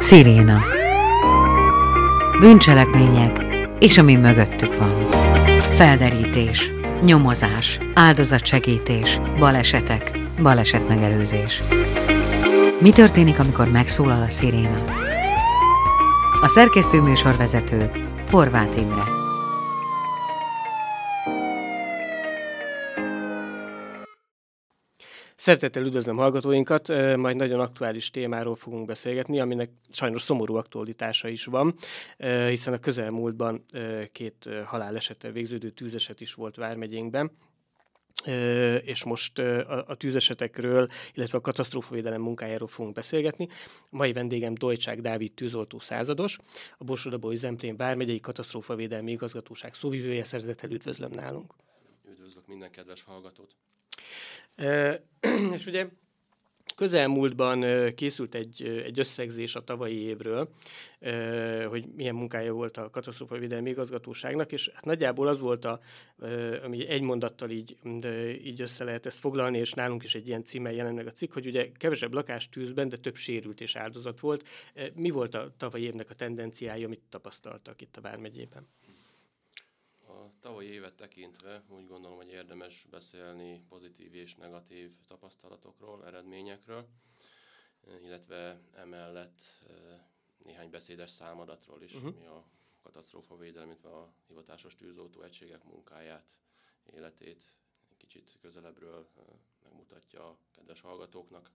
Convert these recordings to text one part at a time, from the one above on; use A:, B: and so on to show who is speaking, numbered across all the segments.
A: Sziréna. Bűncselekmények és ami mögöttük van. Felderítés, nyomozás, áldozatsegítés, balesetek, balesetmegelőzés. Mi történik, amikor megszólal a sziréna? A szerkesztő műsorvezető Horváth Imre.
B: Szeretettel üdvözlöm hallgatóinkat, majd nagyon aktuális témáról fogunk beszélgetni, aminek sajnos szomorú aktualitása is van, hiszen a közelmúltban 2 halálesettel végződő tűzeset is volt vármegyénkben, és most a tűzesetekről, illetve a katasztrófavédelem munkájáról fogunk beszélgetni. A mai vendégem Dojcsák Dávid tűzoltó százados, a Borsod-Abaúj-Zemplén vármegyei katasztrófavédelmi igazgatóság szóvivője. Szeretettel üdvözlöm nálunk.
C: Üdvözlök minden kedves hallgatót!
B: És ugye közelmúltban készült egy összegzés a tavalyi évről, hogy milyen munkája volt a katasztrófavédelmi igazgatóságnak, és hát nagyjából az volt, ami egy mondattal így össze lehet ezt foglalni, és nálunk is egy ilyen címmel jelent meg a cikk, hogy ugye kevesebb lakástűzben, de több sérült és áldozat volt. Mi volt a tavalyi évnek a tendenciája, amit tapasztaltak itt a vármegyében?
C: A tavalyi évet tekintve úgy gondolom, hogy érdemes beszélni pozitív és negatív tapasztalatokról, eredményekről, illetve emellett néhány beszédes számadatról is, ami a katasztrófavédelem, illetve a hivatásos tűzoltó egységek munkáját, életét egy kicsit közelebbről megmutatja a kedves hallgatóknak.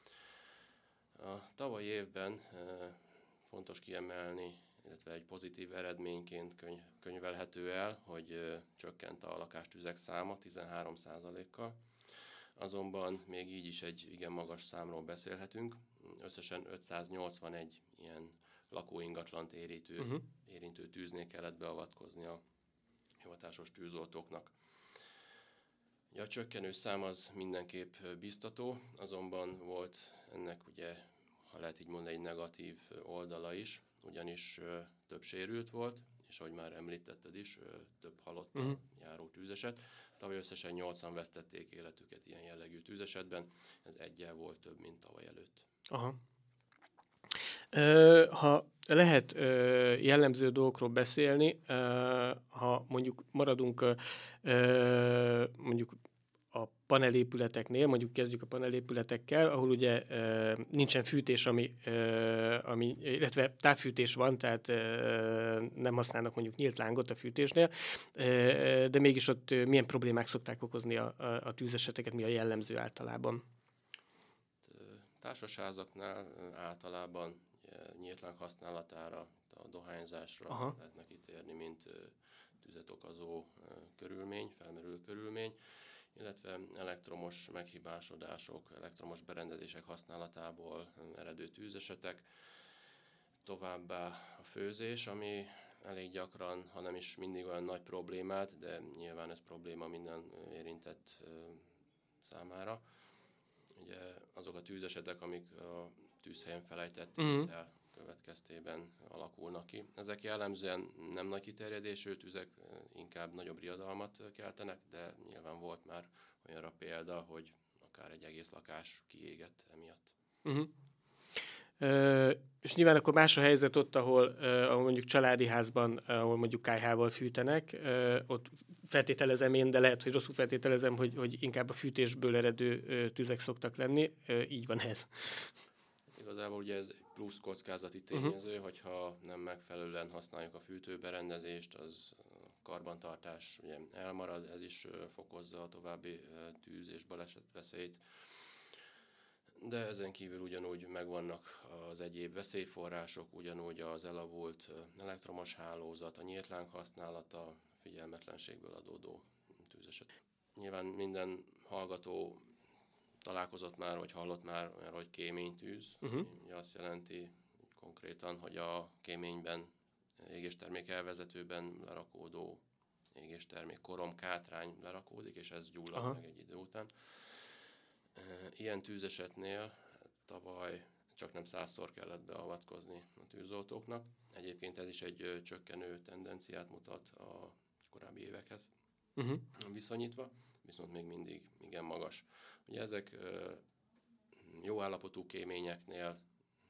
C: A tavalyi évben fontos kiemelni, illetve egy pozitív eredményként könyvelhető el, hogy csökkent a lakástüzek száma 13%-kal. Azonban még így is egy igen magas számról beszélhetünk. Összesen 581 ilyen lakóingatlant érintő tűznél kellett beavatkozni a hivatásos tűzoltóknak. A csökkenő szám az mindenképp biztató, azonban volt ennek ugye, ha lehet így mondani, egy negatív oldala is, ugyanis több sérült volt, és ahogy már említetted is, több halottal járó tűzeset. Tavaly összesen 8-an vesztették életüket ilyen jellegű tűzesetben, ez egyel volt több, mint tavaly előtt.
B: Aha. Ha lehet jellemző dolgokról beszélni, ha mondjuk maradunk mondjuk a panelépületeknél, mondjuk kezdjük a panelépületekkel, ahol ugye nincsen fűtés, illetve távfűtés van, tehát nem használnak mondjuk nyílt lángot a fűtésnél, de mégis ott milyen problémák szokták okozni a tűzeseteket, mi a jellemző általában?
C: Társasházaknál általában nyílt láng használatára, a dohányzásra lehetnek kitérni, mint tüzet okozó felmerülő körülmény, illetve elektromos meghibásodások, elektromos berendezések használatából eredő tűzesetek, továbbá a főzés, ami elég gyakran, ha nem is mindig olyan nagy problémát, de nyilván ez probléma minden érintett számára. Ugye azok a tűzesetek, amik a tűzhelyen felejtett el következtében alakulnak ki. Ezek jellemzően nem nagy kiterjedésű tüzek, inkább nagyobb riadalmat keltenek, de nyilván volt már olyanra példa, hogy akár egy egész lakás kiégett emiatt.
B: És nyilván akkor más a helyzet ott, ahol mondjuk családi házban, ahol mondjuk kályhával fűtenek, ott feltételezem én, de lehet, hogy rosszul feltételezem, hogy inkább a fűtésből eredő tüzek szoktak lenni. Így van ez.
C: Igazából ugye ez plusz kockázati tényező, hogyha nem megfelelően használjuk a fűtőberendezést, az karbantartás ugye elmarad, ez is fokozza a további tűz- és balesetveszélyt. De ezen kívül ugyanúgy megvannak az egyéb veszélyforrások, ugyanúgy az elavult elektromos hálózat, a nyílt láng használata, figyelmetlenségből adódó tűzeset. Nyilván minden hallgató találkozott már, vagy hallott már arra, hogy kéménytűz. Azt jelenti konkrétan, hogy a kéményben, égéstermék elvezetőben lerakódó égéstermék koromkátrány lerakódik, és ez gyullad meg egy idő után. Ilyen tűzesetnél tavaly csak nem 100-szor kellett beavatkozni a tűzoltóknak. Egyébként ez is egy csökkenő tendenciát mutat a korábbi évekhez viszonyítva, viszont még mindig igen magas. Ugye ezek jó állapotú kéményeknél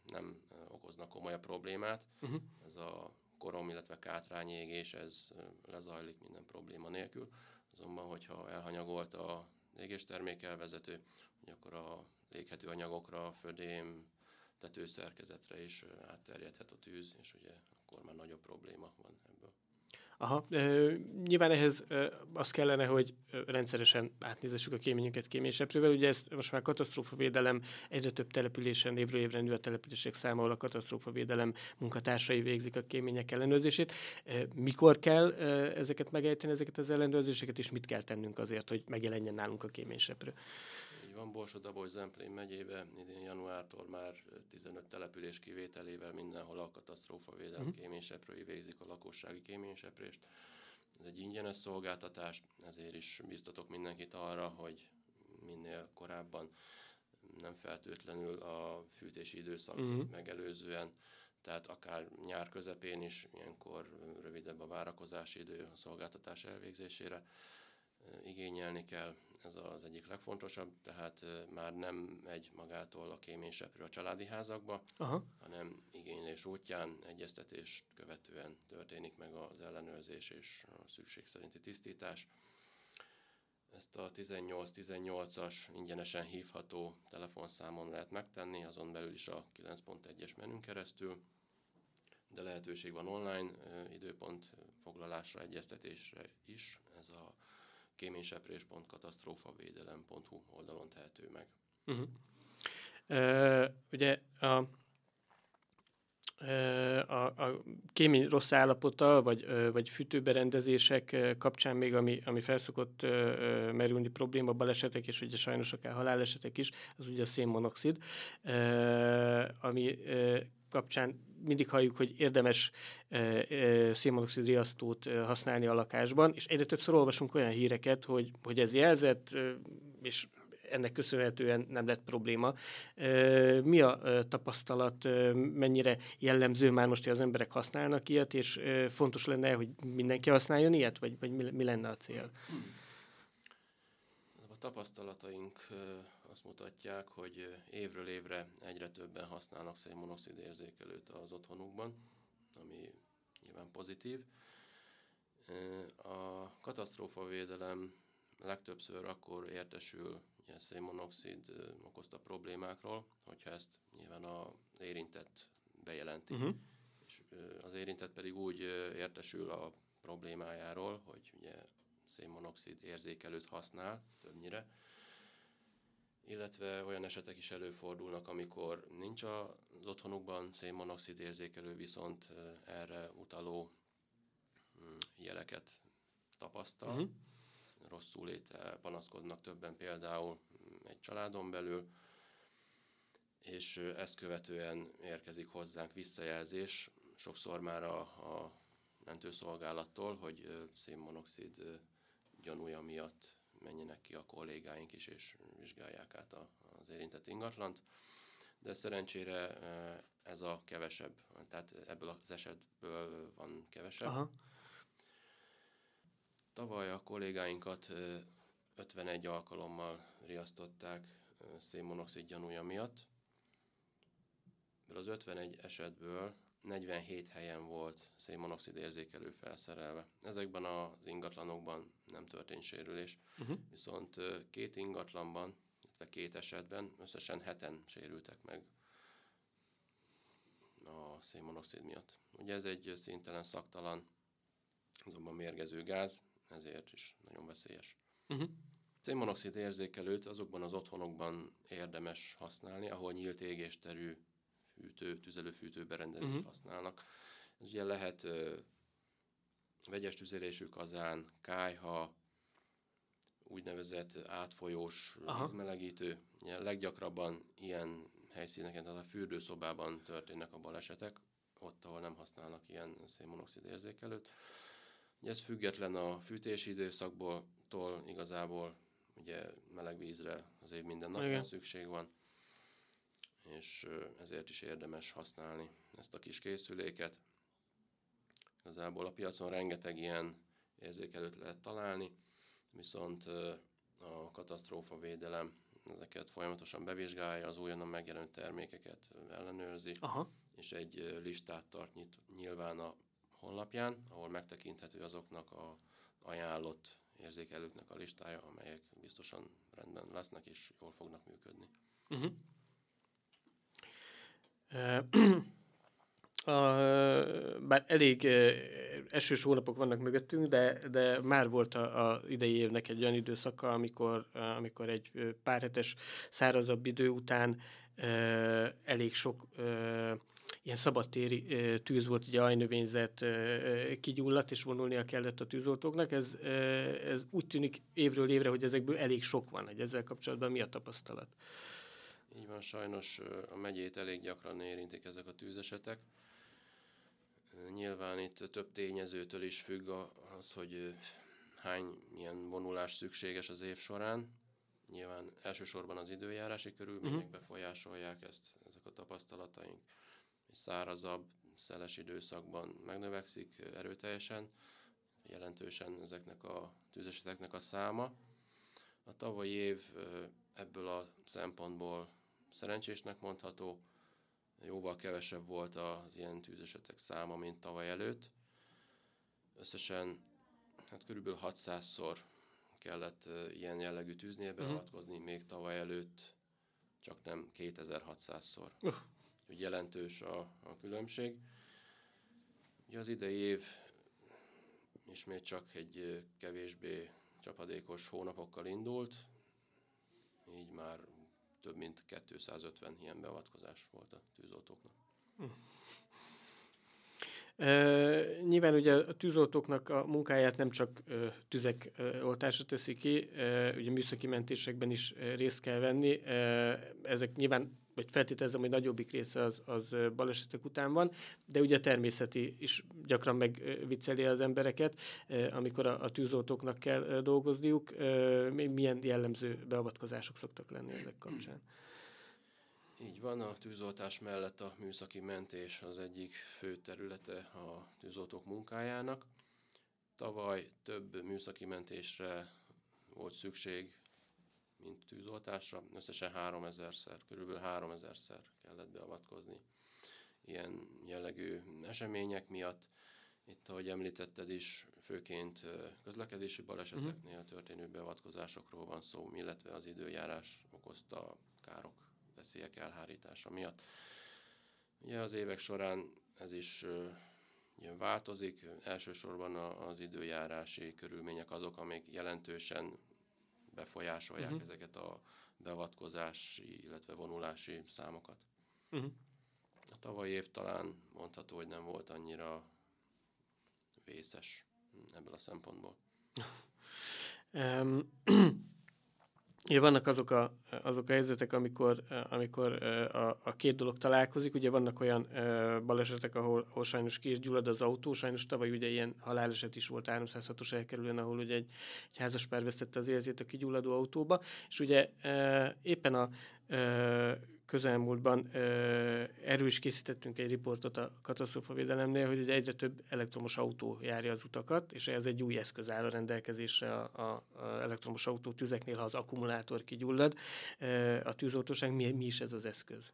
C: nem okoznak komolyabb problémát. Ez a korom, illetve kátrányégés, ez lezajlik minden probléma nélkül. Azonban, hogyha elhanyagolt a égéstermékelvezető, akkor a éghető anyagokra, födém, tetőszerkezetre is átterjedhet a tűz, és ugye akkor már nagyobb probléma van ebből.
B: Aha, nyilván ehhez az kellene, hogy rendszeresen átnézessük a kéményünket kéményseprővel. Ugye ezt most már katasztrófavédelem, egyre több településen, évről évre nő a települések száma, ahol a katasztrófavédelem munkatársai végzik a kémények ellenőrzését. Mikor kell ezeket megejteni, ezeket az ellenőrzéseket, és mit kell tennünk azért, hogy megjelenjen nálunk a kéményseprő?
C: Így van, Borsod-Abaúj-Zemplén megyébe idén januártól már 15 település kivételével mindenhol a katasztrófavédelem kéményseprői végzik a lakossági kéményseprést. Ez egy ingyenes szolgáltatás, ezért is biztatok mindenkit arra, hogy minél korábban, nem feltétlenül a fűtési időszak megelőzően, tehát akár nyár közepén is, ilyenkor rövidebb a várakozási idő a szolgáltatás elvégzésére, igényelni kell, ez az egyik legfontosabb, tehát már nem megy magától a kéményseprő a családi házakba, hanem igénylés útján, egyeztetést követően történik meg az ellenőrzés és a szükség szerinti tisztítás. Ezt a 1818-as ingyenesen hívható telefonszámon lehet megtenni, azon belül is a 9.1-es menün keresztül, de lehetőség van online időpont foglalásra, egyeztetésre is, ez a kéményseprés.katasztrófavédelem.hu oldalon tehető meg.
B: Ugye a kémény rossz állapota, vagy fűtőberendezések kapcsán még, ami felszokott merülni probléma, balesetek, és ugye sajnos akár halálesetek is, az ugye a szénmonoxid, ami kapcsán mindig halljuk, hogy érdemes szénmonoxid riasztót használni a lakásban, és egyre többször olvasunk olyan híreket, hogy ez jelzett, és ennek köszönhetően nem lett probléma. Mi a tapasztalat, mennyire jellemző már most, hogy az emberek használnak ilyet, és fontos lenne, hogy mindenki használjon ilyet, vagy mi lenne a cél?
C: A tapasztalataink azt mutatják, hogy évről évre egyre többen használnak szénmonoxid érzékelőt az otthonukban, ami nyilván pozitív. A katasztrófavédelem legtöbbször akkor értesül ilyen szénmonoxid okozta problémákról, hogyha ezt nyilván az érintett bejelenti. És az érintett pedig úgy értesül a problémájáról, hogy ugye szénmonoxid érzékelőt használ többnyire, illetve olyan esetek is előfordulnak, amikor nincs az otthonukban szénmonoxid érzékelő, viszont erre utaló jeleket tapasztal. Rosszul léte panaszkodnak többen például egy családon belül, és ezt követően érkezik hozzánk visszajelzés, sokszor már a mentőszolgálattól, hogy szénmonoxid gyanúja miatt menjenek ki a kollégáink is, és vizsgálják át az érintett ingatlant. De szerencsére ez a kevesebb, tehát ebből az esetből van kevesebb. Tavaly a kollégáinkat 51 alkalommal riasztották szénmonoxid gyanúja miatt. Az 51 esetből 47 helyen volt szénmonoxid érzékelő felszerelve. Ezekben az ingatlanokban nem történt sérülés, viszont 2 ingatlanban, illetve 2 esetben összesen 7-en sérültek meg a szénmonoxid miatt. Ugye ez egy színtelen, szaktalan, azonban mérgező gáz, ezért is nagyon veszélyes. Szénmonoxid érzékelőt azokban az otthonokban érdemes használni, ahol nyílt égésterű tüzelőfűtő berendezést használnak. Ez ugye lehet vegyes tüzelésű kazán, kályha, úgynevezett átfolyós vízmelegítő. Leggyakrabban ilyen helyszíneken, tehát a fürdőszobában történnek a balesetek, ott, ahol nem használnak ilyen szénmonoxid érzékelőt. Ugye ez független a fűtési időszaktól, igazából ugye meleg vízre az év minden napján szükség van, és ezért is érdemes használni ezt a kis készüléket. Igazából a piacon rengeteg ilyen érzékelőt lehet találni, viszont a katasztrófavédelem ezeket folyamatosan bevizsgálja, az újonnan megjelenő termékeket ellenőrzi,
B: Aha.
C: és egy listát tart nyilván a honlapján, ahol megtekinthető azoknak a ajánlott érzékelőknek a listája, amelyek biztosan rendben lesznek és jól fognak működni.
B: Uh-huh. Bár elég esős hónapok vannak mögöttünk, de már volt az idei évnek egy olyan időszaka, amikor egy pár hetes szárazabb idő után elég sok ilyen szabadtéri tűz volt, ugye ajnövényzet kigyulladt, és vonulnia kellett a tűzoltóknak. Ez úgy tűnik évről évre, hogy ezekből elég sok van. Hogy ezzel kapcsolatban mi a tapasztalat?
C: Így van, sajnos a megyét elég gyakran érintik ezek a tűzesetek. Nyilván itt több tényezőtől is függ az, hogy hány ilyen vonulás szükséges az év során. Nyilván elsősorban az időjárási körülmények befolyásolják ezek a tapasztalataink. Egy szárazabb, szeles időszakban megnövekszik erőteljesen, jelentősen ezeknek a tűzeseteknek a száma. A tavalyi év ebből a szempontból szerencsésnek mondható, jóval kevesebb volt az ilyen tűzesetek száma, mint tavaly előtt. Összesen körülbelül 600-szor kellett ilyen jellegű tűznél beavatkozni, még tavaly előtt csak nem 2600-szor. Úgyhogy jelentős a különbség. Ugye az idei év ismét csak egy kevésbé csapadékos hónapokkal indult, így már több mint 250 ilyen beavatkozás volt a tűzoltóknak.
B: Nyilván ugye a tűzoltóknak a munkáját nem csak tüzek oltása teszi ki, ugye műszaki mentésekben is részt kell venni. Ezek nyilván, vagy feltételezem, hogy nagyobbik része az balesetek után van, de ugye a természeti is gyakran megvicceli az embereket, amikor a tűzoltóknak kell dolgozniuk. Milyen jellemző beavatkozások szoktak lenni ezek kapcsán?
C: Így van, a tűzoltás mellett a műszaki mentés az egyik fő területe a tűzoltók munkájának. Tavaly több műszaki mentésre volt szükség, mint tűzoltásra. Összesen 3000-szer, körülbelül 3000-szer kellett beavatkozni ilyen jellegű események miatt. Itt, ahogy említetted is, főként közlekedési baleseteknél történő beavatkozásokról van szó, illetve az időjárás okozta károk, veszélyek elhárítása miatt. Ugye az évek során ez is változik, elsősorban az időjárási körülmények azok, amik jelentősen befolyásolják ezeket a beavatkozási, illetve vonulási számokat. A tavalyi év talán mondható, hogy nem volt annyira vészes ebből a szempontból.
B: Ugye vannak azok a helyzetek, amikor a két dolog találkozik. Ugye vannak olyan balesetek, ahol sajnos ki is gyullad az autó. Sajnos tavaly ugye ilyen haláleset is volt 306-os elkerülőn, ahol ugye egy házaspár vesztette az életét a kigyulladó autóba. És ugye éppen a közelmúltban erről is készítettünk egy riportot a katasztrófavédelemnél, hogy ugye egyre több elektromos autó járja az utakat, és ez egy új eszköz áll a rendelkezésre a elektromos autó tüzeknél, ha az akkumulátor kigyullad. A tűzoltóság mi is ez az eszköz?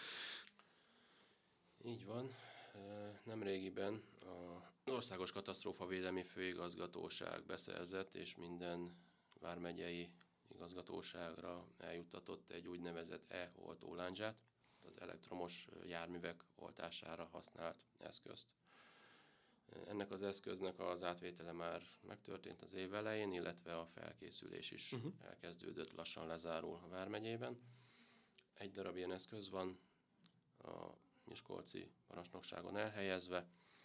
C: Így van. Nemrégiben az Országos Katasztrófavédelmi Főigazgatóság beszerzett, és minden vármegyei igazgatóságra eljuttatott egy úgynevezett e-oltóláncsát, az elektromos járművek oltására használt eszközt. Ennek az eszköznek az átvétele már megtörtént az év elején, illetve a felkészülés is elkezdődött, lassan lezárul a vármegyében. Egy darab ilyen eszköz van a miskolci parancsnokságon elhelyezve.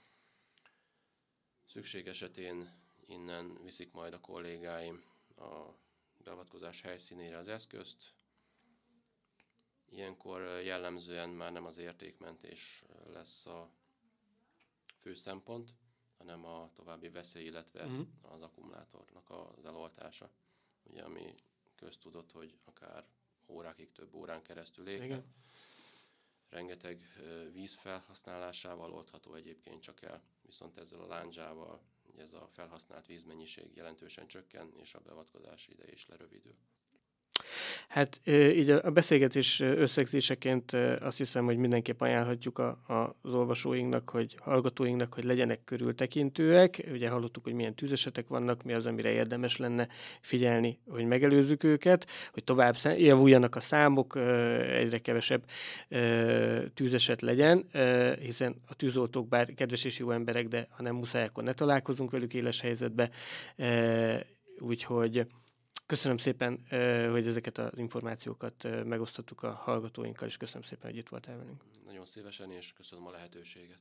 C: Szükség esetén innen viszik majd a kollégáim a beavatkozás helyszínére az eszközt. Ilyenkor jellemzően már nem az értékmentés lesz a fő szempont, hanem a további veszély, illetve az akkumulátornak az eloltása. Ugye, ami köztudott, hogy akár órákig, több órán keresztül éghet. Rengeteg víz felhasználásával oldható egyébként csak el, viszont ezzel a lándzsával ez a felhasznált vízmennyiség jelentősen csökken, és a beavatkozási ideje is lerövidül.
B: Hát így a beszélgetés összegzéseként azt hiszem, hogy mindenképp ajánlhatjuk az olvasóinknak, hallgatóinknak, hogy legyenek körültekintőek. Ugye hallottuk, hogy milyen tűzesetek vannak, mi az, amire érdemes lenne figyelni, hogy megelőzzük őket, hogy tovább javuljanak a számok, egyre kevesebb tűzeset legyen, hiszen a tűzoltók bár kedves és jó emberek, de ha nem muszáj, akkor ne találkozunk velük éles helyzetbe. Úgyhogy köszönöm szépen, hogy ezeket az információkat megosztottuk a hallgatóinkkal, és köszönöm szépen, hogy itt voltál velünk.
C: Nagyon szívesen, és köszönöm a lehetőséget.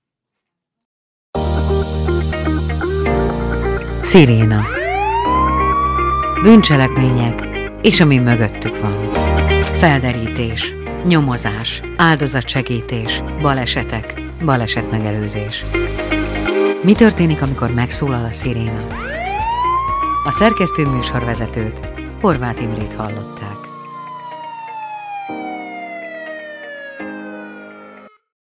A: Sziréna. Bűncselekmények, és ami mögöttük van. Felderítés, nyomozás, áldozatsegítés, balesetek, balesetmegelőzés. Mi történik, amikor megszólal a sziréna? A szerkesztő műsorvezetőt, Horváth Imrét hallották.